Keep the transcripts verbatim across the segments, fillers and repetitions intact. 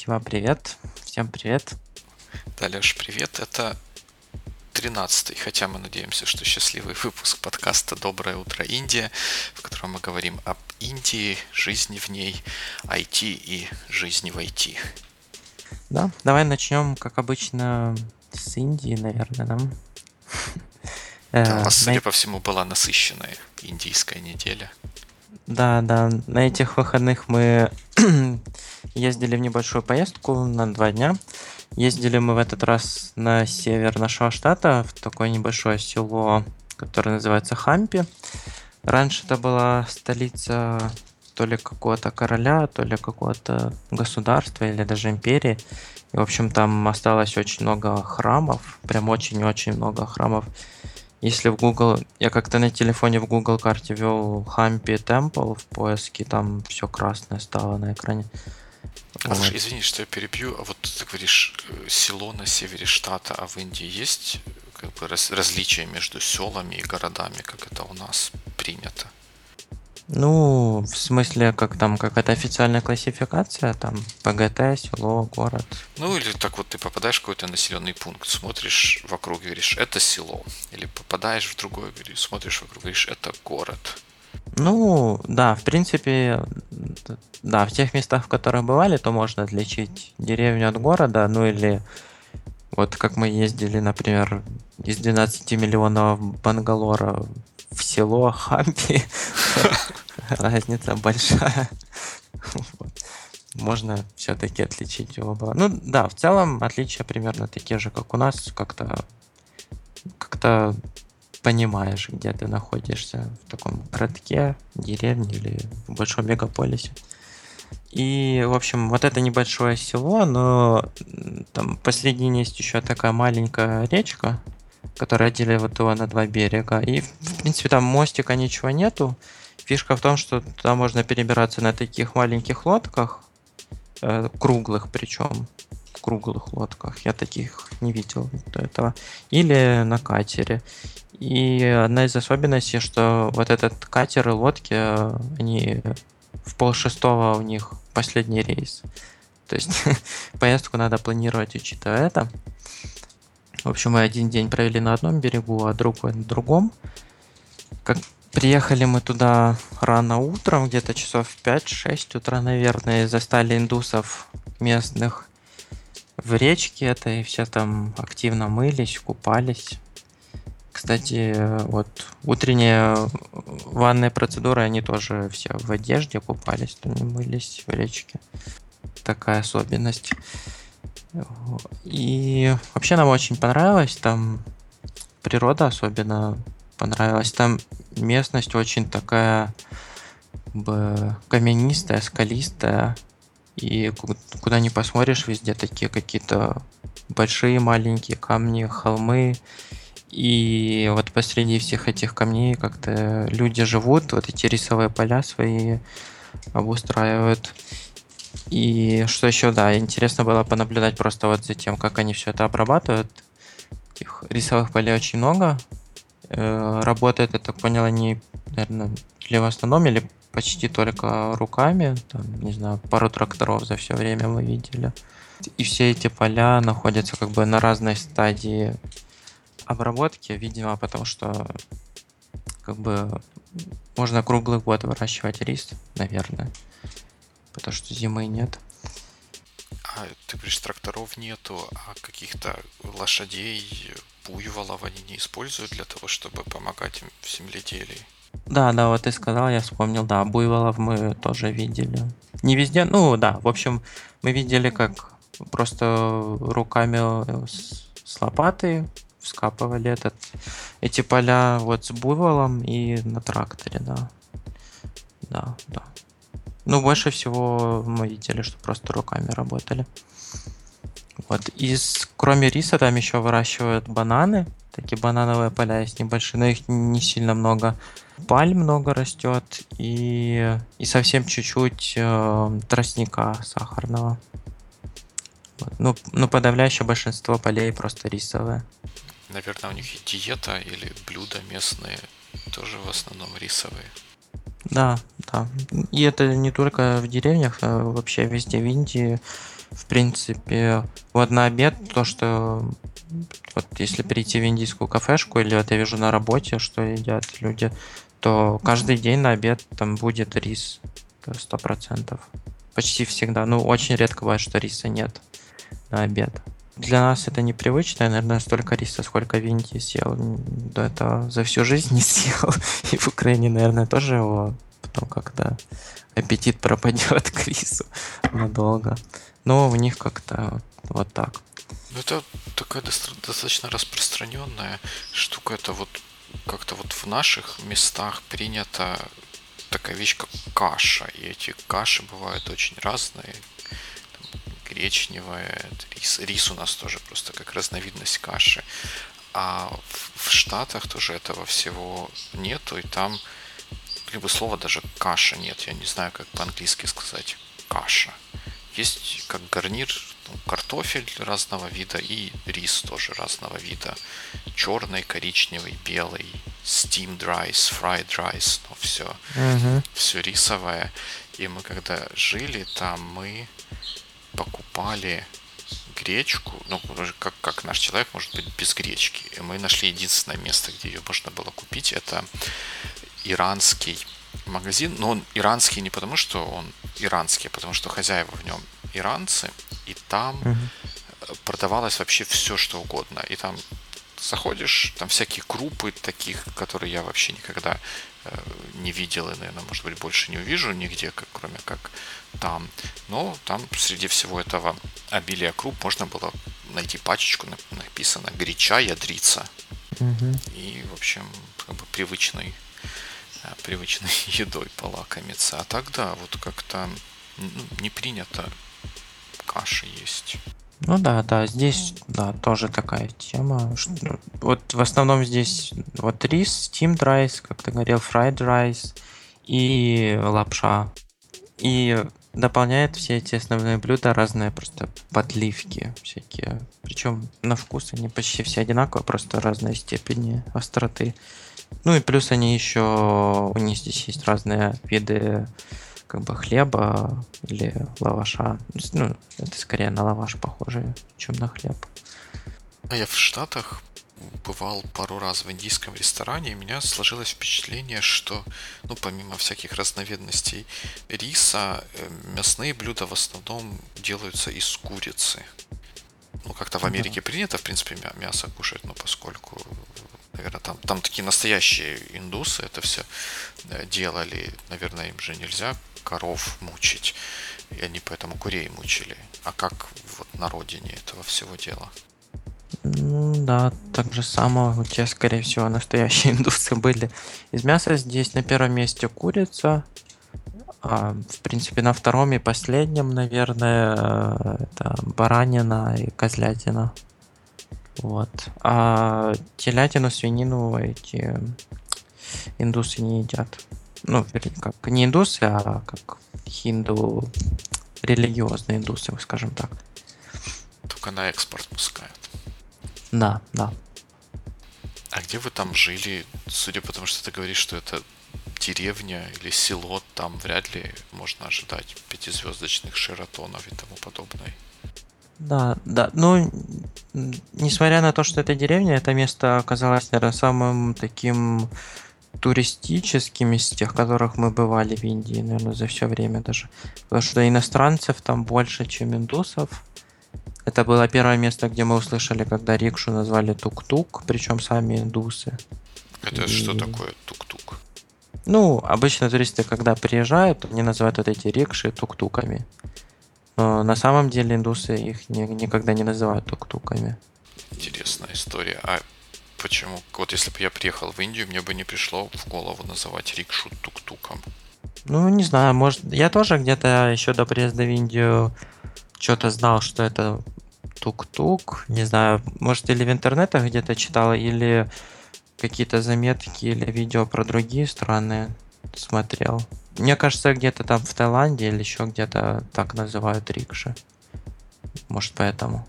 Тима, привет. Всем привет. Да, Леш, привет. Это тринадцатый, хотя мы надеемся, что счастливый выпуск подкаста «Доброе утро, Индия», в котором мы говорим об Индии, жизни в ней, ай ти и жизни в ай ти. Да, давай начнем, как обычно, с Индии, наверное, да? Да, у Э, вас, на судя э- по всему, была насыщенная индийская неделя. Да, да, на этих выходных мы ездили в небольшую поездку на два дня. Ездили мы в этот раз на север нашего штата, в такое небольшое село, которое называется Хампи. Раньше это была столица то ли какого-то короля, то ли какого-то государства или даже империи. И, в общем, там осталось очень много храмов, прям очень-очень много храмов. Если в Google, я как-то на телефоне в Google карте ввел Хампи Темпл в поиске, там все красное стало на экране. А Вот. слушай, извини, что я перебью, а вот ты говоришь, э, село на севере штата, а в Индии есть э, как бы раз- различия между селами и городами, как это у нас принято? Ну, в смысле, как там какая-то официальная классификация, там П Г Т, село, город. Ну или так вот ты попадаешь в какой-то населенный пункт, смотришь вокруг, говоришь, это село. Или попадаешь в другой, говоришь, смотришь вокруг, говоришь, это город. Ну, да, в принципе, д- да, в тех местах, в которых бывали, то можно отличить деревню от города, ну или вот как мы ездили, например, из двенадцати миллионов Бангалора в село Хампи, то разница большая. Вот. Можно все-таки отличить оба. Ну да, в целом отличия примерно такие же, как у нас, как-то как-то понимаешь, где ты находишься в таком городке, деревне или в большом мегаполисе. И, в общем, вот это небольшое село, но м, там посередине есть еще такая маленькая речка, которая делит его на два берега. И, в в принципе, там мостика ничего нету. Фишка в том, что туда можно перебираться на таких маленьких лодках, э, круглых причем, круглых лодках. Я таких не видел до этого. Или на катере. И одна из особенностей, что вот этот катер и лодки, э, они в полшестого у них последний рейс. То есть поездку надо планировать, учитывая это. В общем, мы один день провели на одном берегу, а другой на другом. Как приехали мы туда рано утром, где-то часов в пять-шесть утра, наверное, и застали индусов местных в речке этой, все там активно мылись, купались. Кстати, вот утренняя ванная процедура, они тоже все в одежде купались, то не мылись в речке. Такая особенность. И вообще нам очень понравилось, там природа особенно понравилась. Там местность очень такая как бы каменистая, скалистая. И ку- куда ни посмотришь, везде такие какие-то большие, маленькие камни, холмы. И вот посреди всех этих камней как-то люди живут, вот эти рисовые поля свои обустраивают. И что еще, да, интересно было понаблюдать просто вот за тем, как они все это обрабатывают. Этих рисовых полей очень много. Э, Работает, я так понял, они, наверное, или в основном, или почти только руками. Там, не знаю, пару тракторов за все время мы видели. И все эти поля находятся как бы на разной стадии обработки, видимо, потому что как бы можно круглый год выращивать рис, наверное, потому что зимы нет. А ты говоришь, тракторов нету, а каких-то лошадей, буйволов они не используют для того, чтобы помогать им в земледелии? Да, да, вот ты сказал, я вспомнил, да, буйволов мы тоже видели. Не везде, ну да, в общем, мы видели, как просто руками э, с, с лопатой вскапывали этот, эти поля вот с буйволом и на тракторе, да, да, да. Ну, больше всего мы видели, что просто руками работали. Вот. Из, кроме риса, там еще выращивают бананы. Такие банановые поля есть небольшие, но их не сильно много. Пальм много растет и, и совсем чуть-чуть э, тростника сахарного. Вот. Ну, ну, подавляющее большинство полей просто рисовые. Наверное, у них и диета или блюда местные тоже в основном рисовые. Да, да. И это не только в деревнях, а вообще везде в Индии. в принципе, вот на обед то, что вот если прийти в индийскую кафешку или вот я вижу на работе, что едят люди, то каждый день на обед там будет рис. Это сто процентов. Почти всегда. Ну, очень редко бывает, что риса нет на обед. Для нас это непривычно. Я, наверное, столько риса, сколько в Индии съел. До этого за всю жизнь не съел. И в Украине, наверное, тоже его потом как-то аппетит пропадет к рису надолго. Но у них как-то вот так. Ну, это такая доста- достаточно распространенная штука. Это вот как-то вот в наших местах принята такая вещь, как каша. И эти каши бывают очень разные. Там гречневая, рис. Рис у нас тоже просто как разновидность каши. А в, в Штатах тоже этого всего нету. И там либо слова даже каша нет. Я не знаю, как по-английски сказать каша. Есть как гарнир ну, картофель разного вида и рис тоже разного вида. Черный, коричневый, белый, steamed rice, fried rice, ну все, Мгм. все рисовое. И мы когда жили там, мы покупали гречку, ну как, как наш человек может быть без гречки. И мы нашли единственное место, где ее можно было купить, это иранский магазин, но он иранский не потому, что он иранский, а потому что хозяева в нем иранцы, и там Мгм. продавалось вообще все, что угодно. И там заходишь, там всякие крупы таких, которые я вообще никогда э, не видел и, наверное, может быть, больше не увижу нигде, как, кроме как там. Но там среди всего этого обилия круп можно было найти пачечку, на- написано «Греча ядрица». Мгм. И, в общем, как бы привычный а, привычной едой полакомиться. А тогда вот как-то ну, не принято каши есть. Ну да, да, здесь, да, тоже такая тема. Ш- ну, Вот в основном здесь вот рис, steamed rice, как ты говорил, fried rice и лапша. И дополняет все эти основные блюда разные просто подливки всякие. Причем на вкус они почти все одинаковые, просто разной степени остроты. Ну и плюс они еще, у них здесь есть разные виды как бы хлеба или лаваша. Ну, это скорее на лаваш похоже, чем на хлеб. А я в Штатах бывал пару раз в индийском ресторане, и у меня сложилось впечатление, что, ну, помимо всяких разновидностей риса, э, мясные блюда в основном делаются из курицы. Ну, как-то в Да. Америке принято, в принципе, мя- мясо кушать, но поскольку, наверное, там, там такие настоящие индусы это все делали, наверное, им же нельзя коров мучить, и они поэтому курей мучили. А как вот на родине этого всего дела? Ну да, так же само у тебя, скорее всего, настоящие индусы были. Из мяса здесь на первом месте курица, а, в принципе, на втором и последнем, наверное, э, это баранина и козлятина. Вот. А телятину, свинину эти индусы не едят. Ну, вернее, как не индусы, а как хинду, религиозные индусы, скажем так. Только на экспорт пускают. Да, да. А где вы там жили? Судя по тому, что ты говоришь, что это деревня или село, там вряд ли можно ожидать пятизвездочных шератонов и тому подобное. Да, да. Ну, н- несмотря на то, что это деревня, это место оказалось, наверное, самым таким туристическим из тех, которых мы бывали в Индии, наверное, за все время даже. Потому что иностранцев там больше, чем индусов. Это было первое место, где мы услышали, когда рикшу назвали тук-тук, причем сами индусы. Это что И, такое тук-тук? ну, обычно туристы, когда приезжают, они называют вот эти рикши тук-туками. Но на самом деле индусы их ни- никогда не называют тук-туками. Интересная история. А почему? Вот если бы я приехал в Индию, мне бы не пришло в голову называть рикшу тук-туком. Ну, не знаю, может, я тоже где-то еще до приезда в Индию что-то знал, что это тук-тук. Не знаю, может, или в интернетах где-то читал, или какие-то заметки или видео про другие страны смотрел. Мне кажется, где-то там в Таиланде или еще где-то так называют рикши. Может, поэтому.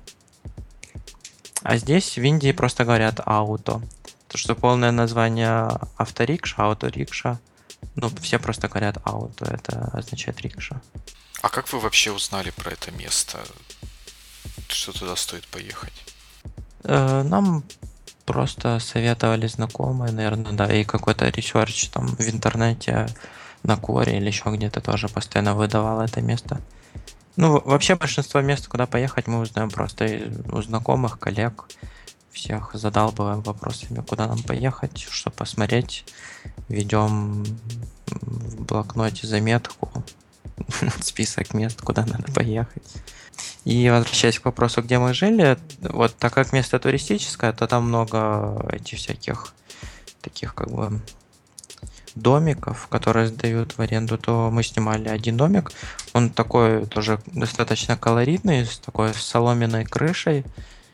А здесь в Индии просто говорят ауто. То, что полное название авторикша, ауторикша. Ну, все просто говорят ауто, это означает рикша. А как вы вообще узнали про это место? Что туда стоит поехать? Э, Нам просто советовали знакомые, наверное, да, и какой-то ресерч там в интернете на Коре или еще где-то тоже постоянно выдавал это место. Ну, в- вообще большинство мест, куда поехать, мы узнаем просто и- у знакомых, коллег, всех задалбываем вопросами, куда нам поехать, что посмотреть. Ведем в блокноте заметку, список мест, куда надо поехать. И возвращаясь к вопросу, где мы жили, вот так как место туристическое, то там много этих всяких таких как бы домиков, которые сдают в аренду, то мы снимали один домик. Он такой тоже достаточно колоритный, с такой соломенной крышей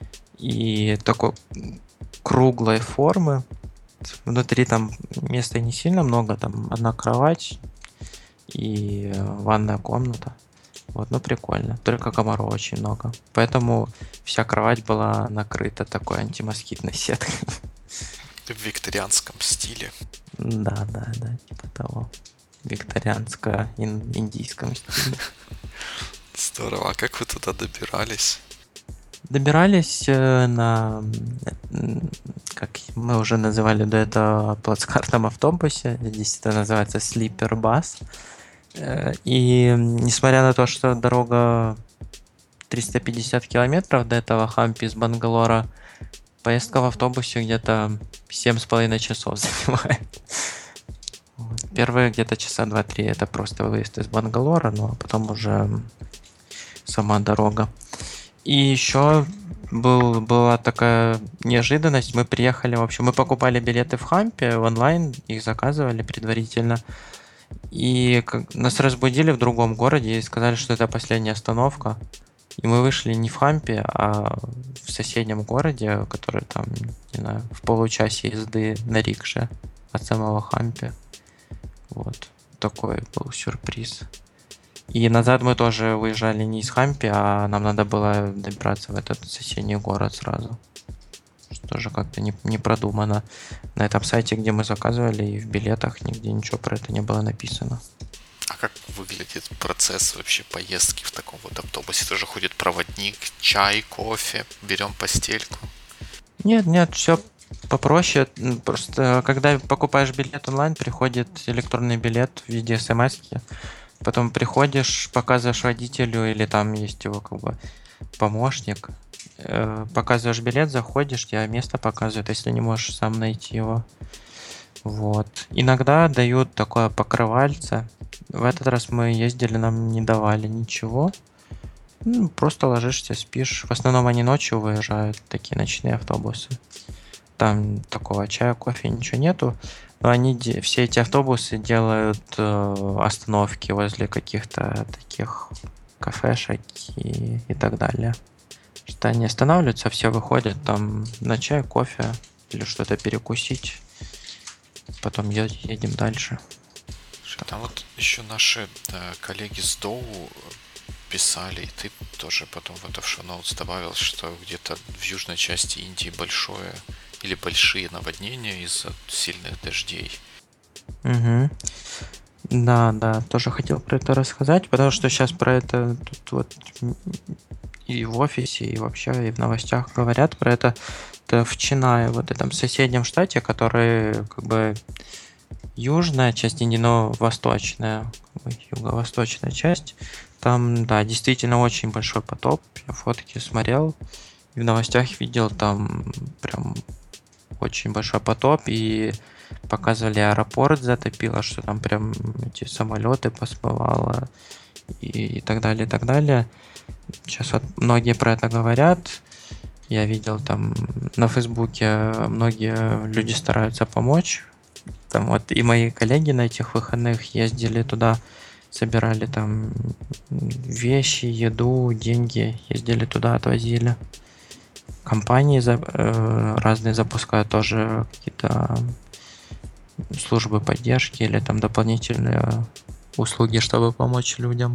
и такой круглой формы. Внутри там места не сильно много, там одна кровать и э, ванная комната. Вот, ну прикольно. Только комаров очень много. Поэтому вся кровать была накрыта такой антимоскитной сеткой. В викторианском стиле. Да, да, да, типа того. Викторианско-индийском стиле. Здорово. А как вы туда добирались? Добирались э, на, м, как мы уже называли до этого, плацкартном автобусе. Здесь это называется sleeper bus. Э, И м, несмотря на то, что дорога триста пятьдесят километров до этого Хампи из Бангалора, поездка в автобусе где-то семь с половиной часов занимает. Вот. Первые где-то часа два-три это просто выезд из Бангалора, ну а потом уже сама дорога. И еще был, была такая неожиданность. Мы приехали, в общем, мы покупали билеты в Хампе онлайн, их заказывали предварительно. И как, нас разбудили в другом городе и сказали, что это последняя остановка. И мы вышли не в Хампе, а в соседнем городе, который там, не знаю, в получасе езды на рикше от самого Хампи. Вот. Такой был сюрприз. И назад мы тоже уезжали не из Хампи, а нам надо было добираться в этот соседний город сразу. Что тоже как-то не, не продумано. На этом сайте, где мы заказывали, и в билетах нигде ничего про это не было написано. А как выглядит процесс вообще поездки в таком вот автобусе? Тоже ходит проводник, чай, кофе, берем постельку. Нет, нет, все попроще. М, Просто когда покупаешь билет онлайн, приходит электронный билет в виде смс. Потом приходишь, показываешь водителю, или там есть его как бы помощник. э, Показываешь билет, заходишь, тебе место показывают, если не можешь сам найти его. Вот. Иногда дают такое покрывальце. В этот раз мы ездили, нам не давали ничего. Ну, просто ложишься, спишь. В основном они ночью выезжают, такие ночные автобусы. Там такого чая, кофе, ничего нету. Но они, де- все эти автобусы делают э, остановки возле каких-то таких кафешек и, и так далее. Что они останавливаются, все выходят там на чай, кофе или что-то перекусить. Потом е- едем дальше. Слушай, там вот еще наши э, коллеги с Доу писали, и ты тоже потом в это в шоу-ноутс добавил, что где-то в южной части Индии большое или большие наводнения из-за сильных дождей. Мгм. Да, да, тоже хотел про это рассказать, потому что сейчас про это тут вот м, и в офисе, и вообще и в новостях говорят про это. Это в Чинае, вот этом соседнем штате, который как бы южная часть Индии, но восточная, как бы юго-восточная часть. Там, да, действительно очень большой потоп. Я фотки смотрел и в новостях видел там прям очень большой потоп, и показывали аэропорт затопило, что там прям эти самолеты посмывало и, и так далее, и так далее. Сейчас вот многие про это говорят. Я видел там на Фейсбуке многие люди стараются помочь. Там вот и мои коллеги на этих выходных ездили туда, собирали там вещи, еду, деньги, ездили туда, отвозили. Компании за- э, разные запускают тоже какие-то службы поддержки или там дополнительные услуги, чтобы помочь людям.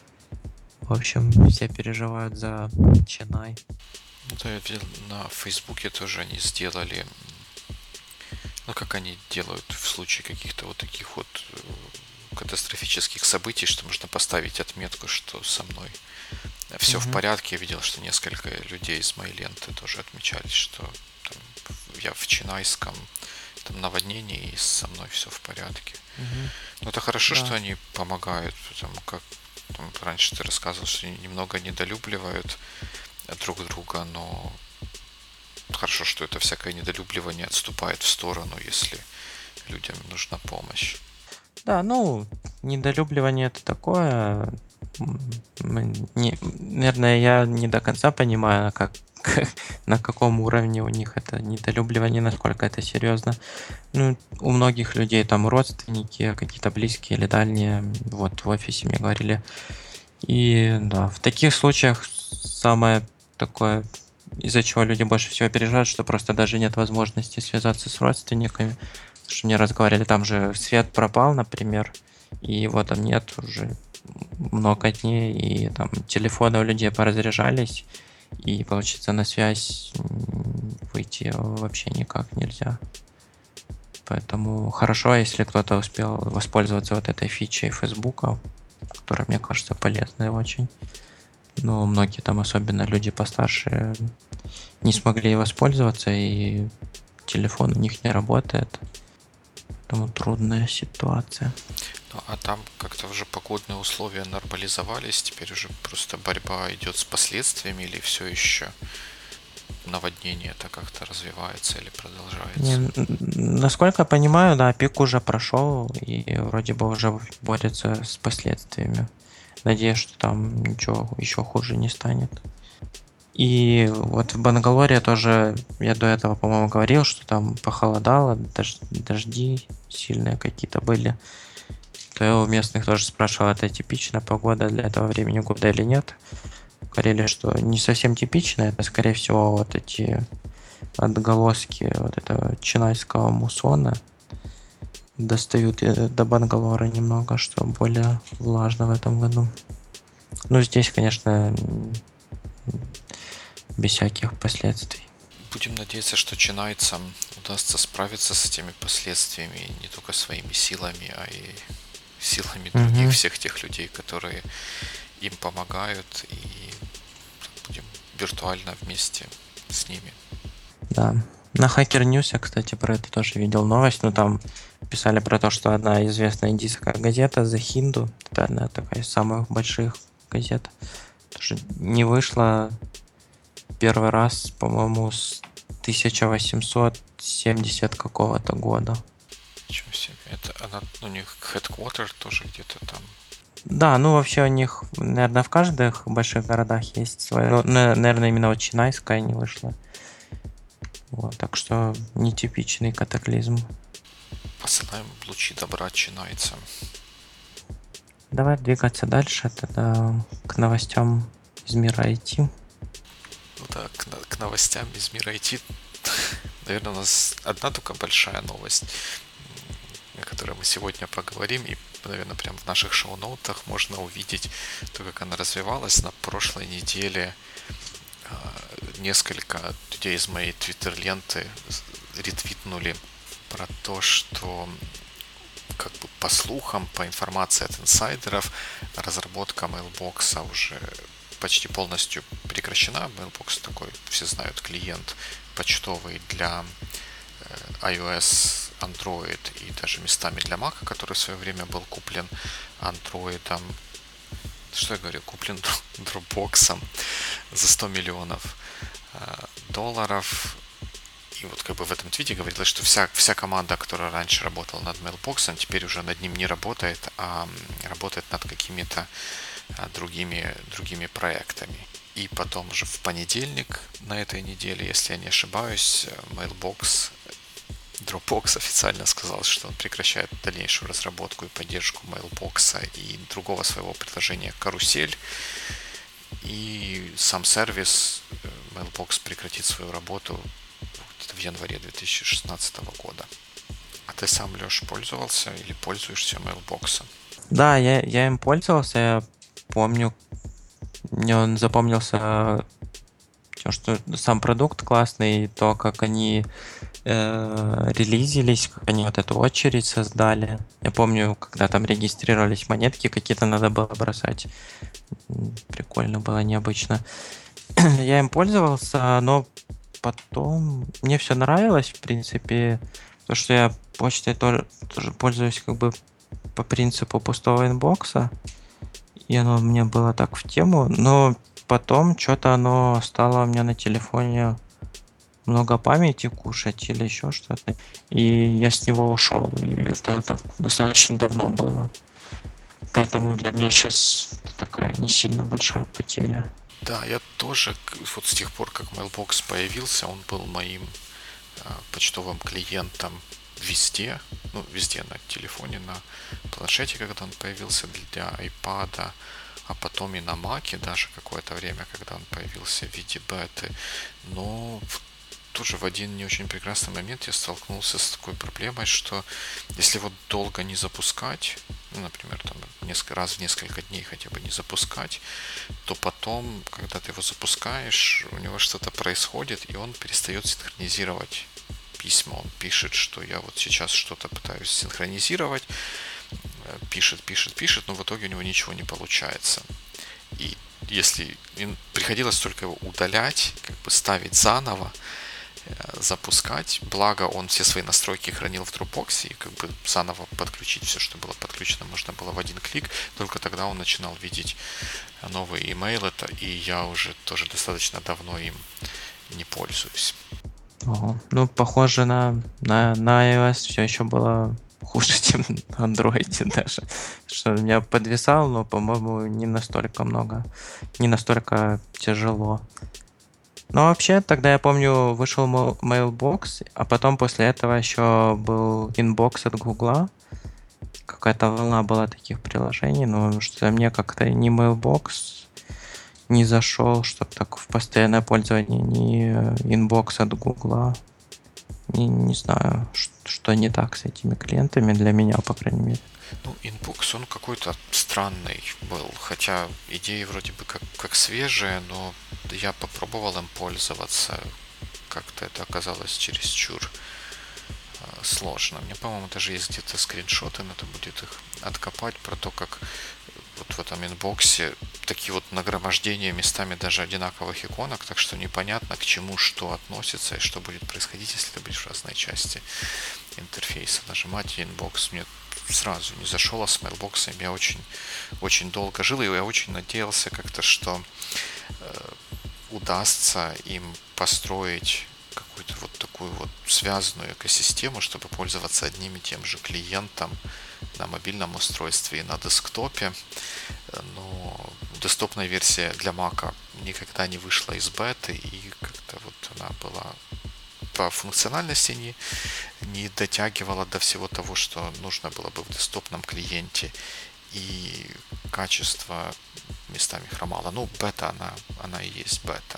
В общем, все переживают за Ченай. Ну да, я видел на Фейсбуке тоже они сделали, ну как они делают в случае каких-то вот таких вот э, катастрофических событий, что можно поставить отметку, что со мной все в Мгм. порядке. Я видел, что несколько людей из моей ленты тоже отмечались, что там, я в Чинайском там наводнении, и со мной все в порядке. Мгм. Но это хорошо, что Да. они помогают, потому как там, раньше ты рассказывал, что они немного недолюбливают друг друга, но хорошо, что это всякое недолюбливание отступает в сторону, если людям нужна помощь. Да, ну, недолюбливание это такое. м, м, не- наверное, я не до конца понимаю, как, на каком уровне у них это недолюбливание, насколько это серьезно. Ну, у многих людей там родственники, какие-то близкие или дальние, вот в офисе мне говорили. И да, в таких случаях самое такое, из-за чего люди больше всего переживают, что просто даже нет возможности связаться с родственниками. Потому что мне разговаривали, там же свет пропал, например, и его там нет уже много дней, и там телефоны у людей поразряжались, и, получается, на связь м, выйти вообще никак нельзя. Поэтому хорошо, если кто-то успел воспользоваться вот этой фичей Фейсбука, которая, мне кажется, полезная очень. Но многие там, особенно люди постарше, не смогли воспользоваться, и телефон у них не работает. Поэтому трудная ситуация. Ну, а там как-то уже погодные условия нормализовались, теперь уже просто борьба идет с последствиями, или все еще наводнение это как-то развивается или Не, продолжается? н- насколько я понимаю, да, пик уже прошел, и вроде бы уже борется с последствиями. Надеюсь, что там ничего еще хуже не станет. И вот в Бангалоре тоже, я до этого, по-моему, говорил, что там похолодало, дож- дожди сильные какие-то были. То я у местных тоже спрашивал, это типичная погода для этого времени года или нет. Говорили, что не совсем типично, это, скорее всего, вот эти отголоски вот этого чинайского муссона достают э, до Бангалора немного, что более влажно в этом году. Ну, здесь, конечно, м, без всяких последствий. Будем надеяться, что чинайцам удастся справиться с этими последствиями не только своими силами, а и силами других Мгм. всех тех людей, которые им помогают, и будем виртуально вместе с ними. Да. На Hacker News я, кстати, про это тоже видел новость, но там писали про то, что одна известная индийская газета The Hindu, это одна такая из самых больших газет, тоже не вышла первый раз, по-моему, с тысяча восемьсот семьдесят какого-то года. Ничего себе. Это она, у них headquarter тоже где-то там. Да, ну вообще у них, наверное, в каждых больших городах есть свое. Ну, на- наверное, именно вот Чинайская не вышла. Вот, так что нетипичный катаклизм. Посылаем лучи добра чинайцам. Давай двигаться дальше тогда к новостям из мира ай ти. Ну да, к, на- к новостям из мира ай ти. Наверное, у нас одна только большая новость, м, о которой мы сегодня поговорим. И, наверное, прямо в наших шоу-ноутах можно увидеть то, как она развивалась. На прошлой неделе а, несколько людей из моей твиттер-ленты с- ретвитнули про то, что как бы по слухам, по информации от инсайдеров, разработка Mailbox уже почти полностью прекращена. Mailbox такой, все знают, клиент почтовый для э, iOS, Android и даже местами для Mac, который в свое время был куплен Android. Что я говорю? Куплен Dropbox за сто миллионов э, долларов. И вот как бы в этом твите говорилось, что вся, вся команда, которая раньше работала над Mailbox, теперь уже над ним не работает, а работает над какими-то а, другими, другими проектами. И потом уже в понедельник на этой неделе, если я не ошибаюсь, Mailbox, Dropbox официально сказал, что он прекращает дальнейшую разработку и поддержку Mailbox и другого своего приложения «Карусель». И сам сервис Mailbox прекратит свою работу в январе две тысячи шестнадцатого года. А ты сам, Леш, пользовался или пользуешься Mailbox? Да, я, я им пользовался, я помню, мне он запомнился тем, что сам продукт классный, то, как они э, релизились, как они вот эту очередь создали. Я помню, когда там регистрировались монетки, какие-то надо было бросать. М, Прикольно было, необычно. Я им пользовался, но потом мне все нравилось, в принципе, то, что я почтой тоже, тоже пользуюсь как бы по принципу пустого инбокса, и оно мне было так в тему, но потом что-то оно стало у меня на телефоне много памяти кушать или еще что-то, и я с него ушел, и это, это достаточно давно было. Поэтому для меня сейчас такая не сильно большая потеря. Да, я тоже, к- вот с тех пор, как Mailbox появился, он был моим а, почтовым клиентом везде, ну, везде на телефоне, на планшете, когда он появился для iPad, а потом и на Маке даже какое-то время, когда он появился в виде беты. Но в- тоже в один не очень прекрасный момент я столкнулся с такой проблемой, что если вот долго не запускать, ну, например, там несколько раз в несколько дней хотя бы не запускать, то потом, когда ты его запускаешь, у него что-то происходит, и он перестает синхронизировать письма. Он пишет, что я вот сейчас что-то пытаюсь синхронизировать, э, пишет, пишет, пишет, но в итоге у него ничего не получается. И если им приходилось только его удалять, как бы ставить заново, э, запускать, благо он все свои настройки хранил в Dropbox, и как бы заново подключить все, что было подключено, можно было в один клик, только тогда он начинал видеть новый email это, и я уже тоже достаточно давно им не пользуюсь. Ого. Ну, похоже на, на, на iOS все еще было хуже, чем на Android даже. Что у меня подвисал, но, по-моему, не настолько много, не настолько тяжело. Но вообще, тогда я помню, вышел Mail- Mailbox, а потом после этого еще был Inbox от Гугла. Какая-то волна была таких приложений, но что мне как-то ни Mailbox не зашел, чтобы так в постоянное пользование, ни э, Inbox от Гугла. Не, не знаю, ш- что не так с этими клиентами, для меня, по крайней мере. Ну, Inbox, он какой-то странный был, хотя идеи вроде бы как, как свежие, но я попробовал им пользоваться, как-то это оказалось чересчур э, сложно. У меня, по-моему, даже есть где-то скриншоты, надо будет их откопать про то, как вот в этом инбоксе такие вот нагромождения местами даже одинаковых иконок, так что непонятно, к чему что относится и что будет происходить, если ты будешь в разные части интерфейса нажимать. И инбокс мне сразу не зашел, а с mailbox я очень, очень долго жил, и я очень надеялся как-то, что э, удастся им построить какую-то вот такую вот связанную экосистему, чтобы пользоваться одним и тем же клиентом на мобильном устройстве и на десктопе. Но десктопная версия для Mac никогда не вышла из беты, и как-то вот она была по функциональности не, не дотягивала до всего того, что нужно было бы в десктопном клиенте, и качество местами хромало. Ну, бета, она, она и есть бета.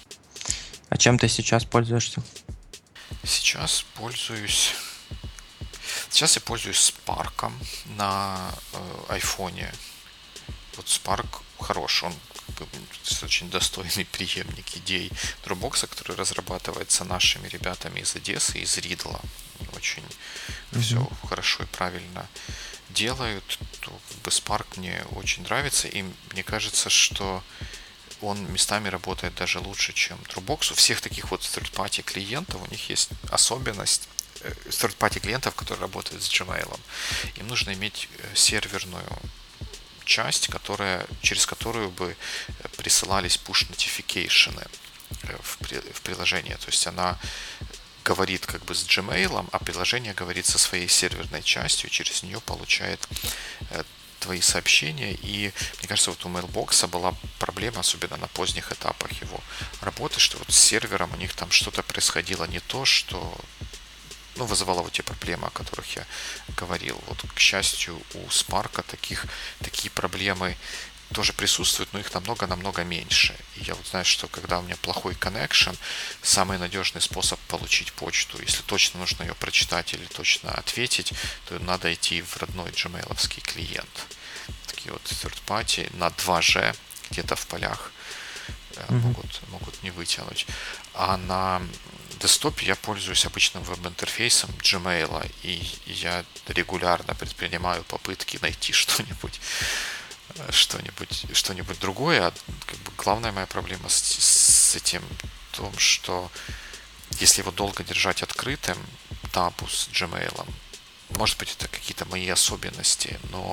А чем ты сейчас пользуешься? Сейчас пользуюсь... Сейчас я пользуюсь Spark на э, айфоне. Вот Spark хорош, он как бы очень достойный преемник идей Dropbox, который разрабатывается нашими ребятами из Одессы, из Ридла. Очень все Мгм. хорошо и правильно делают. То, как бы Spark мне очень нравится, и мне кажется, что он местами работает даже лучше, чем Dropbox. У всех таких вот third-party клиентов у них есть особенность э, third-party клиентов, которые работают с Gmail. Им нужно иметь э, серверную часть, которая, через которую бы э, присылались push-нотификейшены э, в, при, в приложение. То есть она говорит как бы с Gmail, а приложение говорит со своей серверной частью, и через нее получает э, твои сообщения. И мне кажется, вот у Mailbox была проблема, особенно на поздних этапах его работы, что вот с сервером у них там что-то происходило не то, что ну, вызывало вот те проблемы, о которых я говорил. Вот, к счастью, у Spark таких, такие проблемы тоже присутствуют, но их намного-намного меньше. И я вот знаю, что когда у меня плохой connection, самый надежный способ получить почту, если точно нужно ее прочитать или точно ответить, то надо идти в родной gmail-овский клиент. Такие вот third party на два джи где-то в полях Мгм. могут, могут не вытянуть. А на десктопе я пользуюсь обычным веб-интерфейсом Gmail, и я регулярно предпринимаю попытки найти что-нибудь, что-нибудь, что-нибудь другое. А как бы главная моя проблема с, с этим в том, что если его долго держать открытым, табу с Gmail, может быть, это какие-то мои особенности, но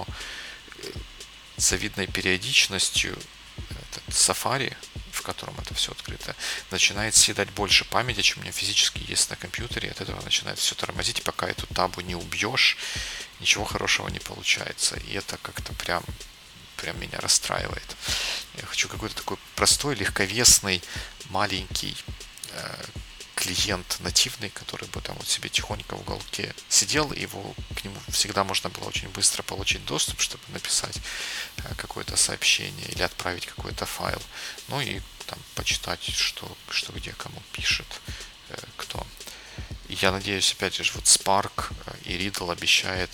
с завидной периодичностью этот Safari, в котором это все открыто, начинает съедать больше памяти, чем у меня физически есть на компьютере. От этого начинает все тормозить, пока эту табу не убьешь, ничего хорошего не получается. И это как-то прям, прям меня расстраивает. Я хочу какой-то такой простой, легковесный, маленький э, клиент нативный, который бы там вот себе тихонько в уголке сидел, и его, к нему всегда можно было очень быстро получить доступ, чтобы написать какое-то сообщение или отправить какой-то файл. Ну и там почитать, что, что где кому пишет, кто. И я надеюсь, опять же, вот Spark и Riddle обещает,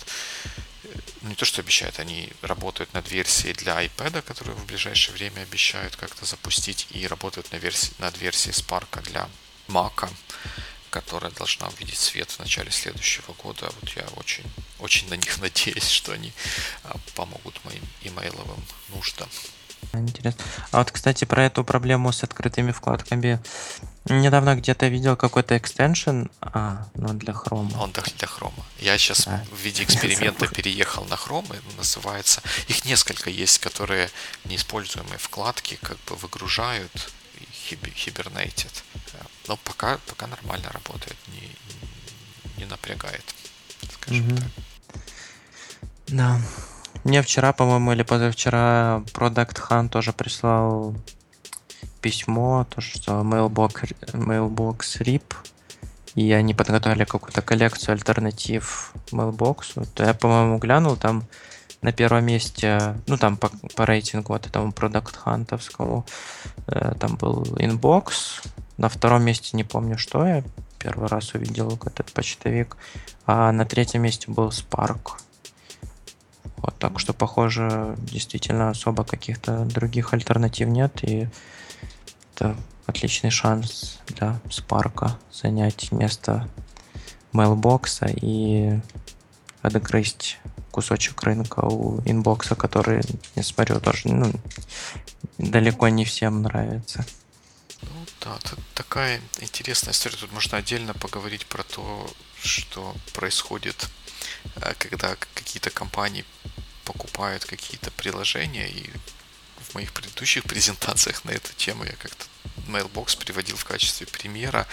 ну не то что обещают, они работают над версией для iPad, которую в ближайшее время обещают как-то запустить, и работают на версии, над версией Spark для Mac, которая должна увидеть свет в начале следующего года. Вот я очень, очень на них надеюсь, что они помогут моим имейловым нуждам. Интересно. А вот, кстати, про эту проблему с открытыми вкладками. Недавно где-то видел какой-то экстеншн, а, ну для Chrome. Он для Chrome. Я сейчас а. в виде эксперимента переехал на Chrome, называется. Их несколько есть, которые неиспользуемые вкладки как бы выгружают, Hibernated. Но пока, пока нормально работает, не, не напрягает, скажем mm-hmm. так. Да. Мне вчера, по-моему, или позавчера Product Hunt тоже прислал письмо, то, что Mailbox, Mailbox рип, и они подготовили какую-то коллекцию альтернатив Mailbox. То я, по-моему, глянул, там на первом месте, ну там по, по рейтингу вот этому Product Hunt'овскому, э, там был Inbox, на втором месте не помню что, я первый раз увидел этот почтовик, а на третьем месте был Spark. Вот, так что, похоже, действительно особо каких-то других альтернатив нет, и это отличный шанс для Spark занять место Mailbox и отгрызть кусочек рынка у инбокса, который, я смотрю, тоже ну, далеко не всем нравится. Ну да, это такая интересная история. Тут можно отдельно поговорить про то, что происходит, когда какие-то компании покупают какие-то приложения. И в моих предыдущих презентациях на эту тему я как-то Mailbox приводил в качестве примера,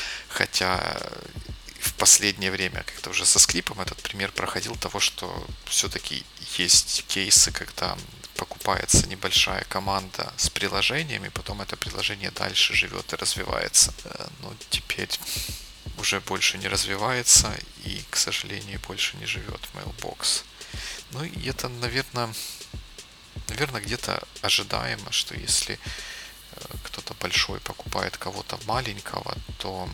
хотя в последнее время как-то уже со скрипом этот пример проходил того, что все-таки есть кейсы, когда покупается небольшая команда с приложениями, потом это приложение дальше живет и развивается. Но теперь уже больше не развивается и, к сожалению, больше не живет Mailbox. Ну и это, наверное, наверное, где-то ожидаемо, что если кто-то большой покупает кого-то маленького, то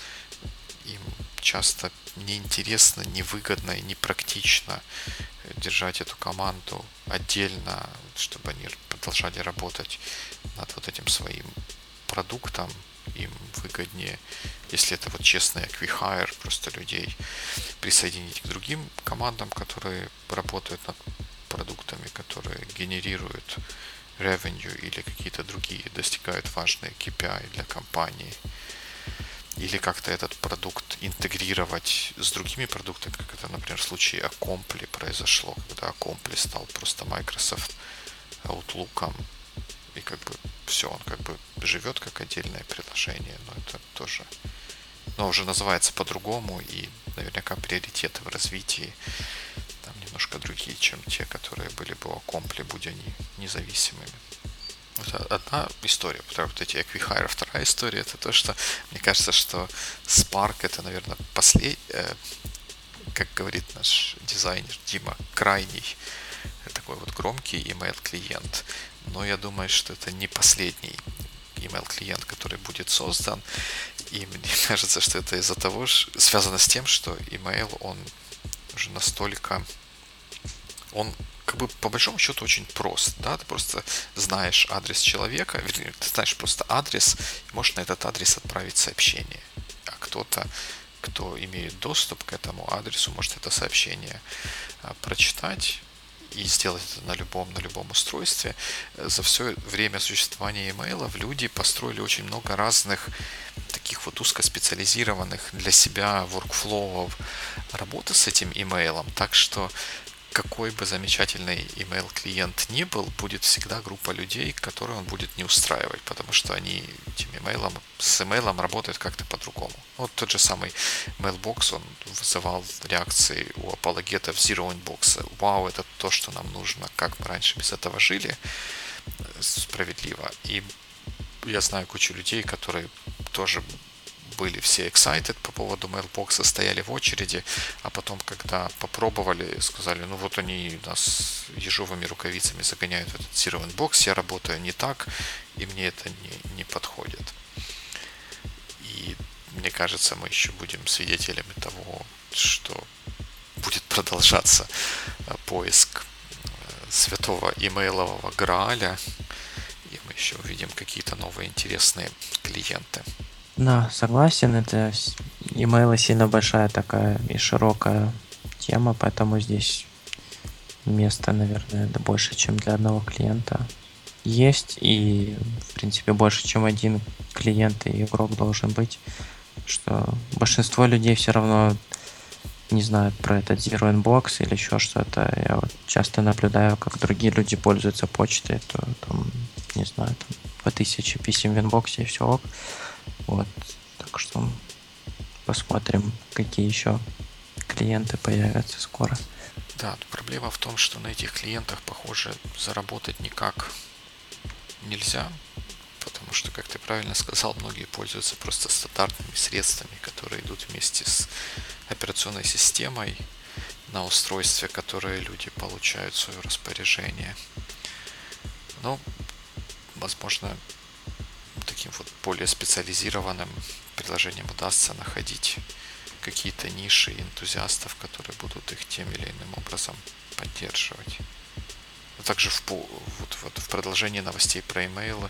им часто неинтересно, невыгодно и непрактично держать эту команду отдельно, чтобы они продолжали работать над вот этим своим продуктом. Им выгоднее, если это вот честный acqui-hire, просто людей присоединить к другим командам, которые работают над продуктами, которые генерируют revenue или какие-то другие, достигают важные кей пи ай для компании. Или как-то этот продукт интегрировать с другими продуктами, как это, например, в случае Acompli произошло, когда Acompli стал просто Microsoft Outlook, и как бы все, он как бы живет как отдельное приложение, но это тоже, но уже называется по-другому, и наверняка приоритеты в развитии там немножко другие, чем те, которые были бы у Acompli, будь они независимыми. Это одна история, вторая, вот эти acqui-hire. Вторая история, это то, что мне кажется, что Spark это, наверное, послед... э, как говорит наш дизайнер Дима, крайний такой вот громкий email клиент. Но я думаю, что это не последний email клиент, который будет создан. И мне кажется, что это из-за того, что связано с тем, что email, он уже настолько, он как бы по большому счету очень прост, да, ты просто знаешь адрес человека, ты знаешь просто адрес, и можешь на этот адрес отправить сообщение. А кто кто-то, кто имеет доступ к этому адресу, может это сообщение а, прочитать и сделать это на любом, на любом устройстве. За все время существования имейлов люди построили очень много разных таких вот узкоспециализированных для себя воркфлоов работы с этим имейлом, так что какой бы замечательный email клиент ни был, будет всегда группа людей, которые он будет не устраивать, потому что они этим email, с email работают как-то по-другому. Вот тот же самый Mailbox, он вызывал реакции у апологетов Zero Inbox. Вау, это то, что нам нужно, как мы раньше без этого жили, справедливо. И я знаю кучу людей, которые тоже были все excited по поводу Mailbox, стояли в очереди, а потом, когда попробовали, сказали, ну вот они нас ежовыми рукавицами загоняют в этот Zero Inbox, я работаю не так, и мне это не, не подходит. И мне кажется, мы еще будем свидетелями того, что будет продолжаться поиск святого имейлового Грааля, и мы еще увидим какие-то новые интересные клиенты. Да, согласен, это имейлы сильно большая такая и широкая тема, поэтому здесь места, наверное, больше, чем для одного клиента есть, и, в принципе, больше, чем один клиент и игрок должен быть, что большинство людей все равно не знают про этот Zero Inbox или еще что-то. Я вот часто наблюдаю, как другие люди пользуются почтой, то там, не знаю, там по тысяче писем в инбоксе и все ок. Вот, так что посмотрим, какие еще клиенты появятся скоро. Да, проблема в том, что на этих клиентах, похоже, заработать никак нельзя, потому что, как ты правильно сказал, многие пользуются просто стандартными средствами, которые идут вместе с операционной системой на устройстве, которые люди получают в свое распоряжение. Но, возможно, таким вот более специализированным приложением удастся находить какие-то ниши энтузиастов, которые будут их тем или иным образом поддерживать. А также в, вот, вот в продолжении новостей про имейлы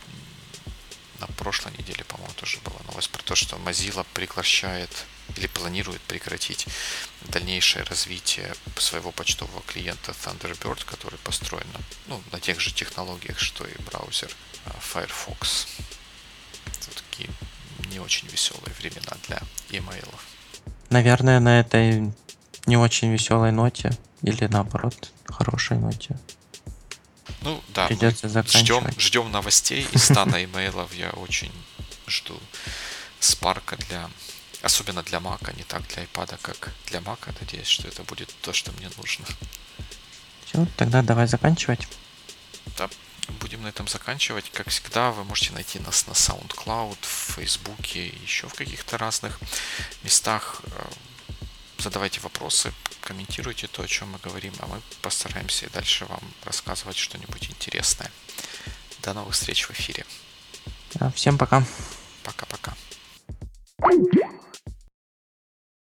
на прошлой неделе, по-моему, тоже была новость про то, что Mozilla прекращает или планирует прекратить дальнейшее развитие своего почтового клиента Thunderbird, который построен на, ну, на тех же технологиях, что и браузер Firefox. Это такие не очень веселые времена для имейлов. Наверное, на этой не очень веселой ноте или наоборот хорошей ноте. Ну да, придется ждем, заканчивать. ждем новостей из стана имейлов. Я очень жду Spark для, особенно для Mac, не так для iPad, как для Mac. Надеюсь, что это будет то, что мне нужно. Все, тогда давай заканчивать. Да, будем на этом заканчивать. Как всегда, вы можете найти нас на SoundCloud, в Фейсбуке, еще в каких-то разных местах. Задавайте вопросы, комментируйте то, о чем мы говорим, а мы постараемся и дальше вам рассказывать что-нибудь интересное. До новых встреч в эфире. Да, всем пока. Пока-пока.